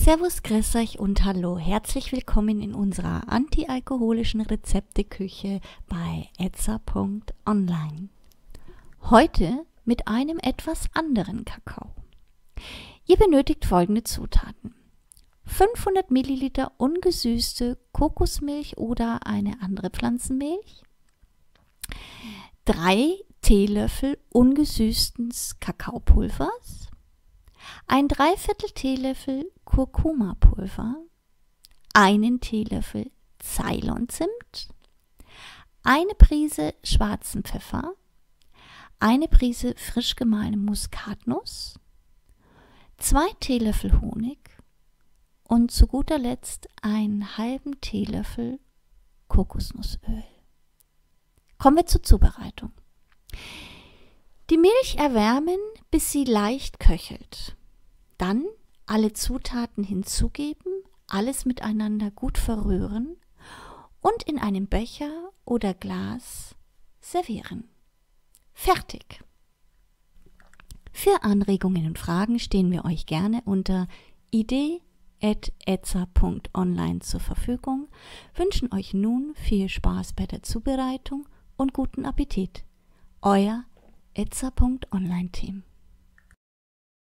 Servus, grüß euch und hallo. Herzlich willkommen in unserer antialkoholischen Rezepteküche bei etza.online. Heute mit einem etwas anderen Kakao. Ihr benötigt folgende Zutaten: 500 Milliliter ungesüßte Kokosmilch oder eine andere Pflanzenmilch, 3 Teelöffel ungesüßtes Kakaopulvers, ein 3/4 Teelöffel Kurkuma-Pulver, einen Teelöffel Ceylon-Zimt, eine Prise schwarzen Pfeffer, eine Prise frisch gemahlene Muskatnuss, 2 Teelöffel Honig und zu guter Letzt einen halben Teelöffel Kokosnussöl. Kommen wir zur Zubereitung. Die Milch erwärmen, bis sie leicht köchelt. Dann alle Zutaten hinzugeben, alles miteinander gut verrühren und in einem Becher oder Glas servieren. Fertig! Für Anregungen und Fragen stehen wir euch gerne unter idee@etza.online zur Verfügung, wünschen euch nun viel Spaß bei der Zubereitung und guten Appetit. Euer etza.online-Team.